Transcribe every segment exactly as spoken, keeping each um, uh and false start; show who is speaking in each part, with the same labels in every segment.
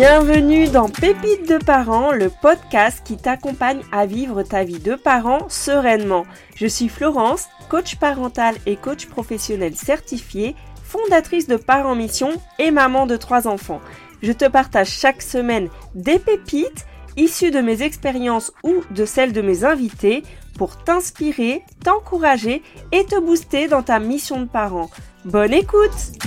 Speaker 1: Bienvenue dans Pépites de parents, le podcast qui t'accompagne à vivre ta vie de parent sereinement. Je suis Florence, coach parental et coach professionnel certifié, fondatrice de Parents Mission et maman de trois enfants. Je te partage chaque semaine des pépites issues de mes expériences ou de celles de mes invités pour t'inspirer, t'encourager et te booster dans ta mission de parent. Bonne écoute!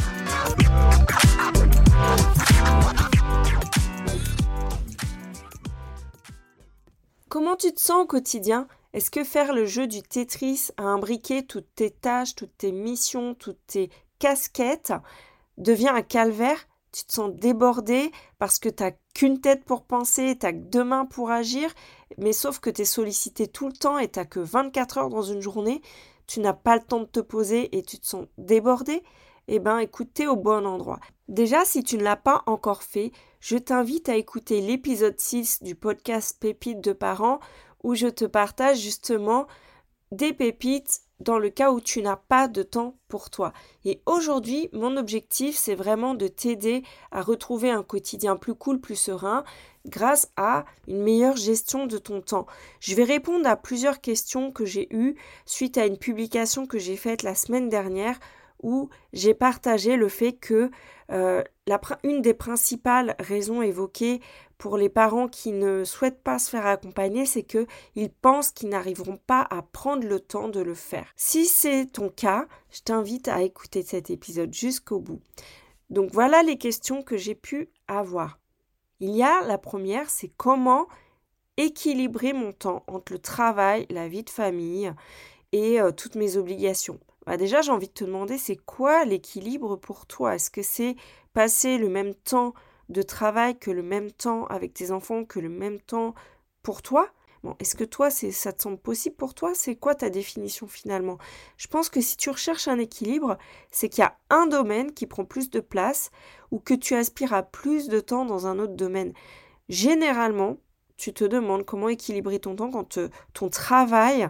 Speaker 1: Comment tu te sens au quotidien ? Est-ce que faire le jeu du Tetris à imbriquer toutes tes tâches, toutes tes missions, toutes tes casquettes devient un calvaire ? Tu te sens débordé parce que tu n'as qu'une tête pour penser, tu n'as que deux mains pour agir, mais sauf que tu es sollicité tout le temps et tu n'as que vingt-quatre heures dans une journée, tu n'as pas le temps de te poser et tu te sens débordé ? Eh bien, écoute, t'es au bon endroit. Déjà, si tu ne l'as pas encore fait, je t'invite à écouter l'épisode six du podcast Pépites de parents où je te partage justement des pépites dans le cas où tu n'as pas de temps pour toi. Et aujourd'hui, mon objectif, c'est vraiment de t'aider à retrouver un quotidien plus cool, plus serein, grâce à une meilleure gestion de ton temps. Je vais répondre à plusieurs questions que j'ai eues suite à une publication que j'ai faite la semaine dernière où j'ai partagé le fait que euh, la, une des principales raisons évoquées pour les parents qui ne souhaitent pas se faire accompagner, c'est qu'ils pensent qu'ils n'arriveront pas à prendre le temps de le faire. Si c'est ton cas, je t'invite à écouter cet épisode jusqu'au bout. Donc voilà les questions que j'ai pu avoir. Il y a la première, c'est comment équilibrer mon temps entre le travail, la vie de famille et euh, toutes mes obligations. Bah déjà, j'ai envie de te demander, c'est quoi l'équilibre pour toi ? Est-ce que c'est passer le même temps de travail que le même temps avec tes enfants, que le même temps pour toi ? Bon, est-ce que toi, c'est, ça te semble possible pour toi ? C'est quoi ta définition finalement ? Je pense que si tu recherches un équilibre, c'est qu'il y a un domaine qui prend plus de place ou que tu aspires à plus de temps dans un autre domaine. Généralement, tu te demandes comment équilibrer ton temps quand te, ton travail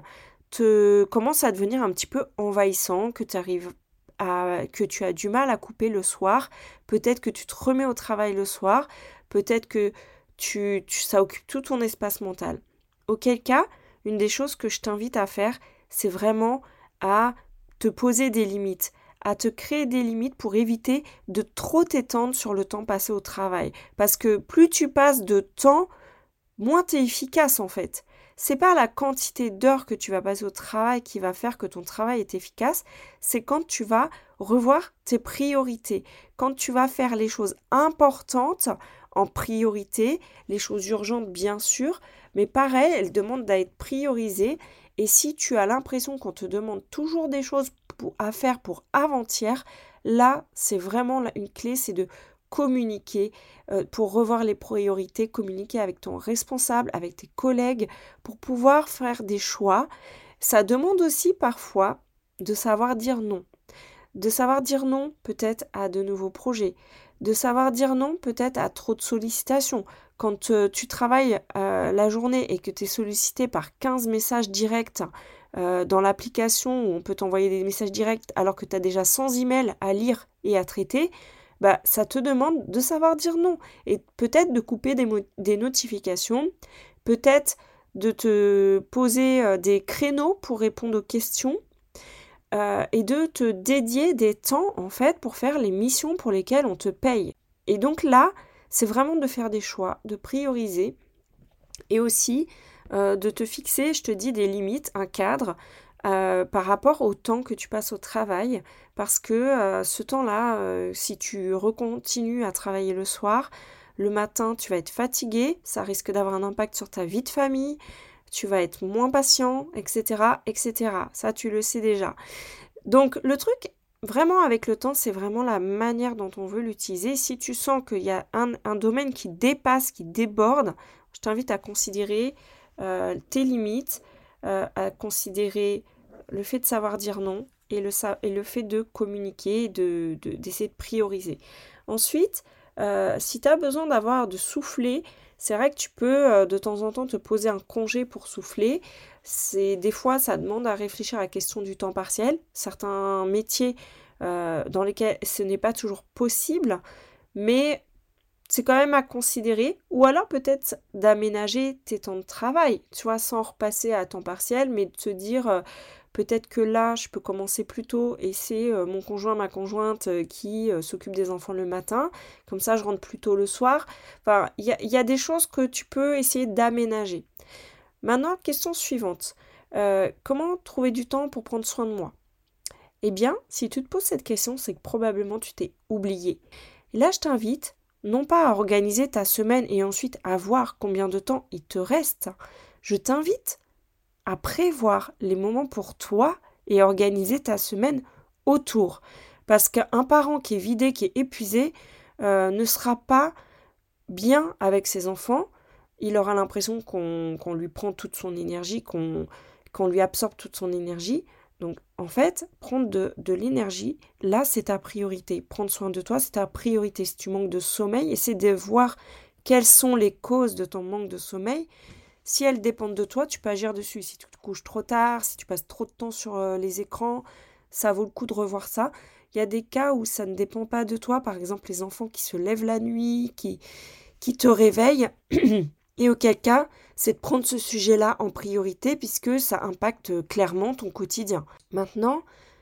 Speaker 1: te commence à devenir un petit peu envahissant, que tu arrives à, que tu as du mal à couper le soir, peut-être que tu te remets au travail le soir, peut-être que tu, tu, ça occupe tout ton espace mental. Auquel cas, une des choses que je t'invite à faire, c'est vraiment à te poser des limites, à te créer des limites pour éviter de trop t'étendre sur le temps passé au travail. Parce que plus tu passes de temps, moins tu es efficace en fait. C'est pas la quantité d'heures que tu vas passer au travail qui va faire que ton travail est efficace, c'est quand tu vas revoir tes priorités, quand tu vas faire les choses importantes en priorité, les choses urgentes bien sûr, mais pareil, elles demandent d'être priorisées et si tu as l'impression qu'on te demande toujours des choses pour, à faire pour avant-hier, là c'est vraiment une clé, c'est de communiquer euh, pour revoir les priorités, communiquer avec ton responsable, avec tes collègues pour pouvoir faire des choix. Ça demande aussi parfois de savoir dire non. De savoir dire non peut-être à de nouveaux projets. De savoir dire non peut-être à trop de sollicitations. Quand euh, tu travailles euh, la journée et que tu es sollicité par quinze messages directs euh, dans l'application où on peut t'envoyer des messages directs alors que tu as déjà cent emails à lire et à traiter, bah, ça te demande de savoir dire non et peut-être de couper des, mo- des notifications, peut-être de te poser euh, des créneaux pour répondre aux questions euh, et de te dédier des temps en fait pour faire les missions pour lesquelles on te paye. Et donc là, c'est vraiment de faire des choix, de prioriser et aussi euh, de te fixer, je te dis, des limites, un cadre Euh, par rapport au temps que tu passes au travail, parce que euh, ce temps-là, euh, si tu recontinues à travailler le soir, le matin, tu vas être fatigué, ça risque d'avoir un impact sur ta vie de famille, tu vas être moins patient, et cetera, et cetera. Ça, tu le sais déjà. Donc, le truc, vraiment avec le temps, c'est vraiment la manière dont on veut l'utiliser. Si tu sens qu'il y a un, un domaine qui dépasse, qui déborde, je t'invite à considérer euh, tes limites, euh, à considérer le fait de savoir dire non et le, et le fait de communiquer, de, de, d'essayer de prioriser. Ensuite, euh, si tu as besoin d'avoir de souffler, c'est vrai que tu peux euh, de temps en temps te poser un congé pour souffler. C'est, des fois, ça demande à réfléchir à la question du temps partiel. Certains métiers euh, dans lesquels ce n'est pas toujours possible, mais c'est quand même à considérer. Ou alors peut-être d'aménager tes temps de travail, tu vois, sans repasser à temps partiel, mais de se dire euh, peut-être que là, je peux commencer plus tôt et c'est euh, mon conjoint, ma conjointe euh, qui euh, s'occupe des enfants le matin. Comme ça, je rentre plus tôt le soir. Enfin, il y a, y a des choses que tu peux essayer d'aménager. Maintenant, question suivante. Euh, comment trouver du temps pour prendre soin de moi? Eh bien, si tu te poses cette question, c'est que probablement tu t'es oublié. Et là, je t'invite, non pas à organiser ta semaine et ensuite à voir combien de temps il te reste. Je t'invite à prévoir les moments pour toi et organiser ta semaine autour. Parce qu'un parent qui est vidé, qui est épuisé, euh, ne sera pas bien avec ses enfants. Il aura l'impression qu'on, qu'on lui prend toute son énergie, qu'on, qu'on lui absorbe toute son énergie. Donc, en fait, prendre de, de l'énergie, là, c'est ta priorité. Prendre soin de toi, c'est ta priorité. Si tu manques de sommeil, essaie de voir quelles sont les causes de ton manque de sommeil. Si elles dépendent de toi, tu peux agir dessus. Si tu te couches trop tard, si tu passes trop de temps sur euh, les écrans, ça vaut le coup de revoir ça. Il y a des cas où ça ne dépend pas de toi, par exemple les enfants qui se lèvent la nuit, qui, qui te réveillent, et auquel cas, c'est de prendre ce sujet-là en priorité puisque ça impacte clairement ton quotidien. Maintenant,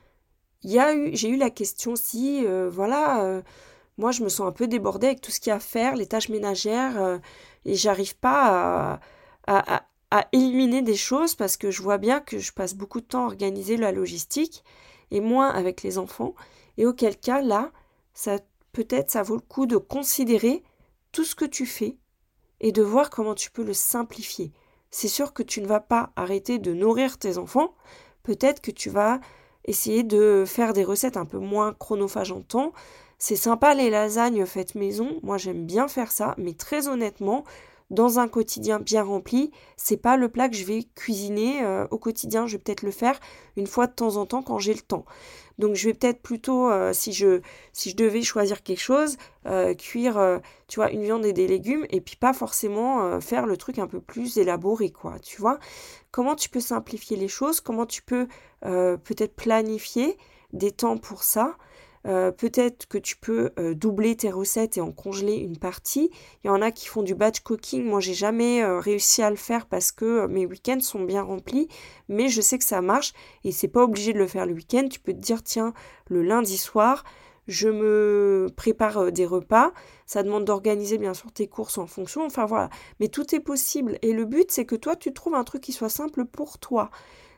Speaker 1: il y a eu, j'ai eu la question si, euh, voilà, euh, moi je me sens un peu débordée avec tout ce qu'il y a à faire, les tâches ménagères, euh, et j'arrive pas à, à, à, à éliminer des choses parce que je vois bien que je passe beaucoup de temps à organiser la logistique et moins avec les enfants. Et auquel cas, là, ça peut-être ça vaut le coup de considérer tout ce que tu fais et de voir comment tu peux le simplifier. C'est sûr que tu ne vas pas arrêter de nourrir tes enfants, peut-être que tu vas essayer de faire des recettes un peu moins chronophages en temps. C'est sympa les lasagnes faites maison, moi j'aime bien faire ça, mais très honnêtement, dans un quotidien bien rempli, c'est pas le plat que je vais cuisiner euh, au quotidien, je vais peut-être le faire une fois de temps en temps quand j'ai le temps. Donc je vais peut-être plutôt, euh, si je si je devais choisir quelque chose, euh, cuire, euh, tu vois, une viande et des légumes, et puis pas forcément euh, faire le truc un peu plus élaboré, quoi, tu vois. Comment tu peux simplifier les choses, comment tu peux euh, peut-être planifier des temps pour ça. Euh, peut-être que tu peux euh, doubler tes recettes et en congeler une partie. Il y en a qui font du batch cooking. Moi, j'ai jamais euh, réussi à le faire parce que euh, mes week-ends sont bien remplis, mais je sais que ça marche et c'est pas obligé de le faire le week-end. Tu peux te dire, tiens, le lundi soir, je me prépare euh, des repas. Ça demande d'organiser bien sûr tes courses en fonction. Enfin voilà, mais tout est possible. Et le but, c'est que toi, tu trouves un truc qui soit simple pour toi.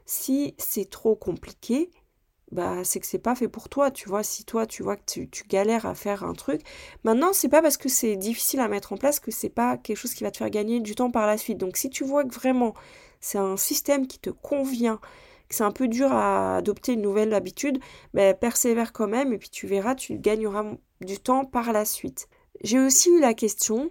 Speaker 1: Si c'est trop compliqué, bah c'est que c'est pas fait pour toi, tu vois. Si toi tu vois que tu, tu galères à faire un truc, maintenant c'est pas parce que c'est difficile à mettre en place que c'est pas quelque chose qui va te faire gagner du temps par la suite. Donc si tu vois que vraiment c'est un système qui te convient, que c'est un peu dur à adopter une nouvelle habitude, bah, persévère quand même et puis tu verras, tu gagneras du temps par la suite. J'ai aussi eu la question,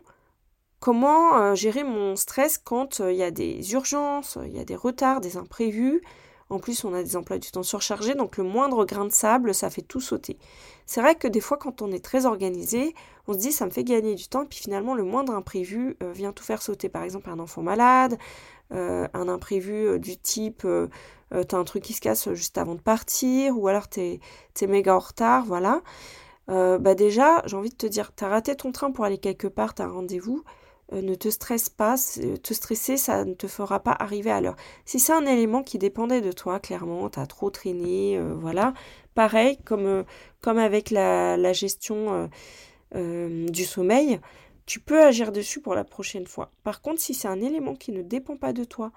Speaker 1: comment euh, gérer mon stress quand euh, il y a des urgences, il y a des retards, des imprévus. En plus, on a des emplois du temps surchargés, donc le moindre grain de sable, ça fait tout sauter. C'est vrai que des fois, quand on est très organisé, on se dit ça me fait gagner du temps, puis finalement, le moindre imprévu euh, vient tout faire sauter. Par exemple, un enfant malade, euh, un imprévu euh, du type euh, euh, t'as un truc qui se casse juste avant de partir, ou alors t'es, t'es méga en retard, voilà. Euh, bah déjà, j'ai envie de te dire, t'as raté ton train pour aller quelque part, t'as un rendez-vous, euh, ne te stresse pas, te stresser, ça ne te fera pas arriver à l'heure. Si c'est un élément qui dépendait de toi, clairement, t'as trop traîné, euh, voilà, pareil, comme, euh, comme avec la, la gestion euh, euh, du sommeil, tu peux agir dessus pour la prochaine fois. Par contre, si c'est un élément qui ne dépend pas de toi,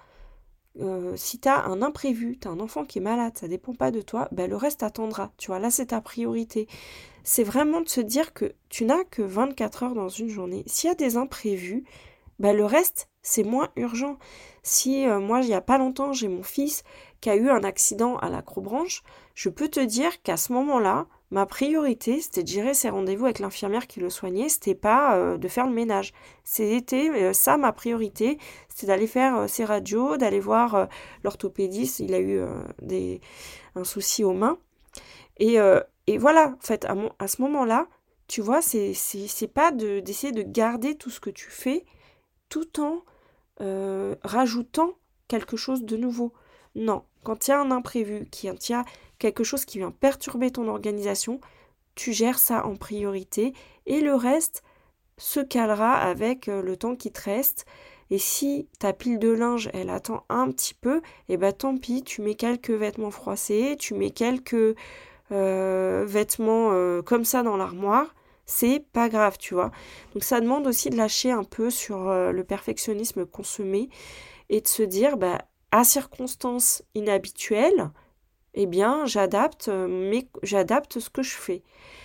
Speaker 1: euh, si tu as un imprévu, tu as un enfant qui est malade, ça dépend pas de toi, ben le reste attendra. Tu vois, là, c'est ta priorité. C'est vraiment de se dire que tu n'as que vingt-quatre heures dans une journée. S'il y a des imprévus, ben le reste, c'est moins urgent. Si euh, moi, il n'y a pas longtemps, j'ai mon fils qui a eu un accident à l'acrobranche, je peux te dire qu'à ce moment-là, ma priorité, c'était de gérer ses rendez-vous avec l'infirmière qui le soignait, c'était pas euh, de faire le ménage. C'était euh, ça ma priorité, c'était d'aller faire euh, ses radios, d'aller voir euh, l'orthopédiste, il a eu euh, des, un souci aux mains. Et, euh, et voilà, en fait, à, mon, à ce moment-là, tu vois, c'est, c'est, c'est pas de, d'essayer de garder tout ce que tu fais tout en euh, rajoutant quelque chose de nouveau. Non, quand il y a un imprévu, quand il y a quelque chose qui vient perturber ton organisation, tu gères ça en priorité et le reste, se calera avec le temps qui te reste. Et si ta pile de linge, elle attend un petit peu, et bah tant pis, tu mets quelques vêtements froissés, tu mets quelques euh, vêtements euh, comme ça dans l'armoire, c'est pas grave, tu vois. Donc ça demande aussi de lâcher un peu sur euh, le perfectionnisme consommé et de se dire, bah, à circonstances inhabituelles, eh bien, j'adapte, euh, mais j'adapte ce que je fais.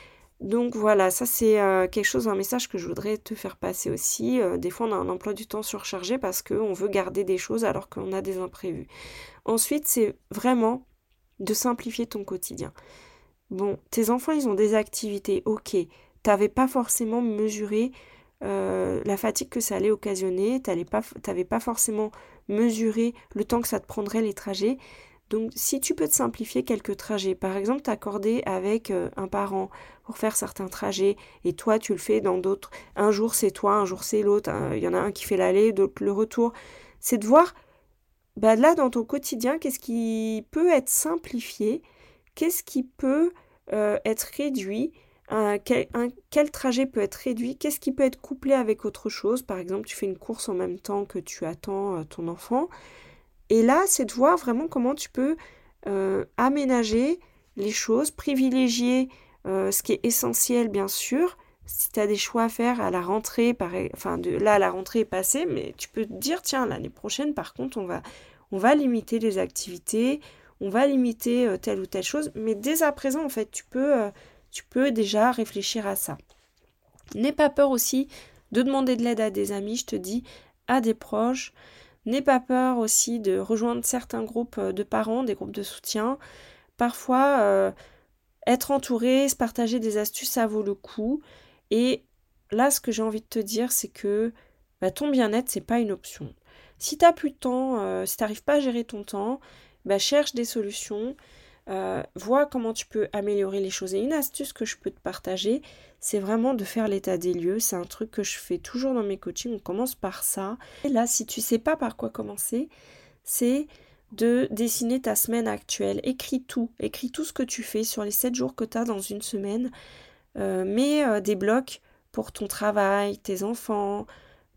Speaker 1: Donc voilà, ça c'est euh, quelque chose, un message que je voudrais te faire passer aussi. Euh, des fois, on a un emploi du temps surchargé parce qu'on veut garder des choses alors qu'on a des imprévus. Ensuite, c'est vraiment de simplifier ton quotidien. Bon, tes enfants, ils ont des activités, ok. T'avais pas forcément mesuré euh, la fatigue que ça allait occasionner, t'avais pas, t'avais pas forcément mesuré le temps que ça te prendrait les trajets. Donc, si tu peux te simplifier quelques trajets, par exemple, t'accorder avec euh, un parent pour faire certains trajets, et toi, tu le fais dans d'autres. Un jour, c'est toi, un jour, c'est l'autre. Il y en a un qui fait l'aller, d'autres le retour. C'est de voir, bah, là, dans ton quotidien, qu'est-ce qui peut être simplifié, qu'est-ce qui peut euh, être réduit, un, quel, un, quel trajet peut être réduit, qu'est-ce qui peut être couplé avec autre chose. Par exemple, tu fais une course en même temps que tu attends euh, ton enfant. Et là, c'est de voir vraiment comment tu peux euh, aménager les choses, privilégier euh, ce qui est essentiel, bien sûr. Si tu as des choix à faire à la rentrée, pareil, enfin de, là, la rentrée est passée, mais tu peux te dire, tiens, l'année prochaine, par contre, on va, on va limiter les activités, on va limiter euh, telle ou telle chose. Mais dès à présent, en fait, tu peux, euh, tu peux déjà réfléchir à ça. N'aie pas peur aussi de demander de l'aide à des amis, je te dis, à des proches. N'aie pas peur aussi de rejoindre certains groupes de parents, des groupes de soutien. Parfois, euh, être entouré, se partager des astuces, ça vaut le coup. Et là, ce que j'ai envie de te dire, c'est que bah, ton bien-être, c'est pas une option. Si tu n'as plus de temps, euh, si tu n'arrives pas à gérer ton temps, bah, cherche des solutions. Euh, vois comment tu peux améliorer les choses. Et une astuce que je peux te partager, c'est vraiment de faire l'état des lieux. C'est un truc que je fais toujours dans mes coachings. On commence par ça. Et là, si tu sais pas par quoi commencer, c'est de dessiner ta semaine actuelle. Écris tout. Écris tout ce que tu fais sur les sept jours que tu as dans une semaine. Euh, mets euh, des blocs pour ton travail, tes enfants,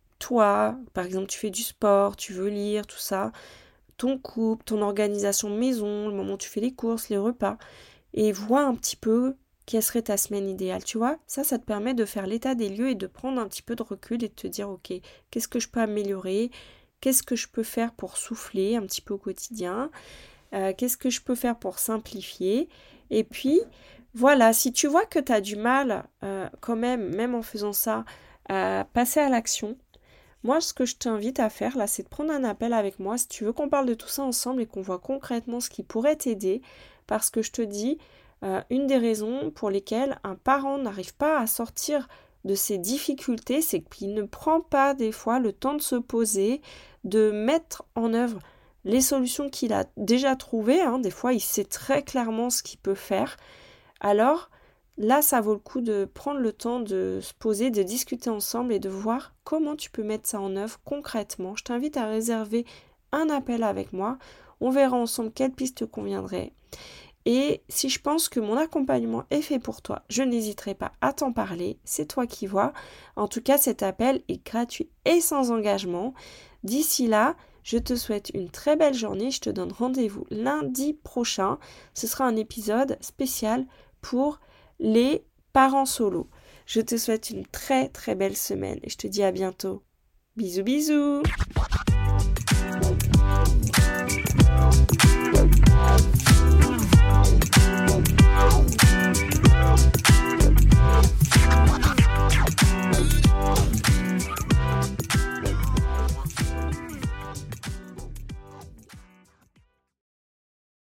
Speaker 1: toi. Par exemple, tu fais du sport, tu veux lire, tout ça. Ton couple, ton organisation de maison, le moment où tu fais les courses, les repas, et vois un petit peu quelle serait ta semaine idéale, tu vois. Ça, ça te permet de faire l'état des lieux et de prendre un petit peu de recul et de te dire, ok, qu'est-ce que je peux améliorer, qu'est-ce que je peux faire pour souffler un petit peu au quotidien, euh, qu'est-ce que je peux faire pour simplifier, et puis, voilà, si tu vois que tu as du mal, euh, quand même, même en faisant ça, à passer à l'action, moi, ce que je t'invite à faire, là, c'est de prendre un appel avec moi, si tu veux qu'on parle de tout ça ensemble et qu'on voit concrètement ce qui pourrait t'aider, parce que je te dis, euh, une des raisons pour lesquelles un parent n'arrive pas à sortir de ses difficultés, c'est qu'il ne prend pas des fois le temps de se poser, de mettre en œuvre les solutions qu'il a déjà trouvées, hein. Des fois, il sait très clairement ce qu'il peut faire. Alors, là, ça vaut le coup de prendre le temps de se poser, de discuter ensemble et de voir comment tu peux mettre ça en œuvre concrètement. Je t'invite à réserver un appel avec moi. On verra ensemble quelle piste te conviendrait. Et si je pense que mon accompagnement est fait pour toi, je n'hésiterai pas à t'en parler. C'est toi qui vois. En tout cas, cet appel est gratuit et sans engagement. D'ici là, je te souhaite une très belle journée. Je te donne rendez-vous lundi prochain. Ce sera un épisode spécial pour les parents solos. Je te souhaite une très très belle semaine et je te dis à bientôt. Bisous bisous.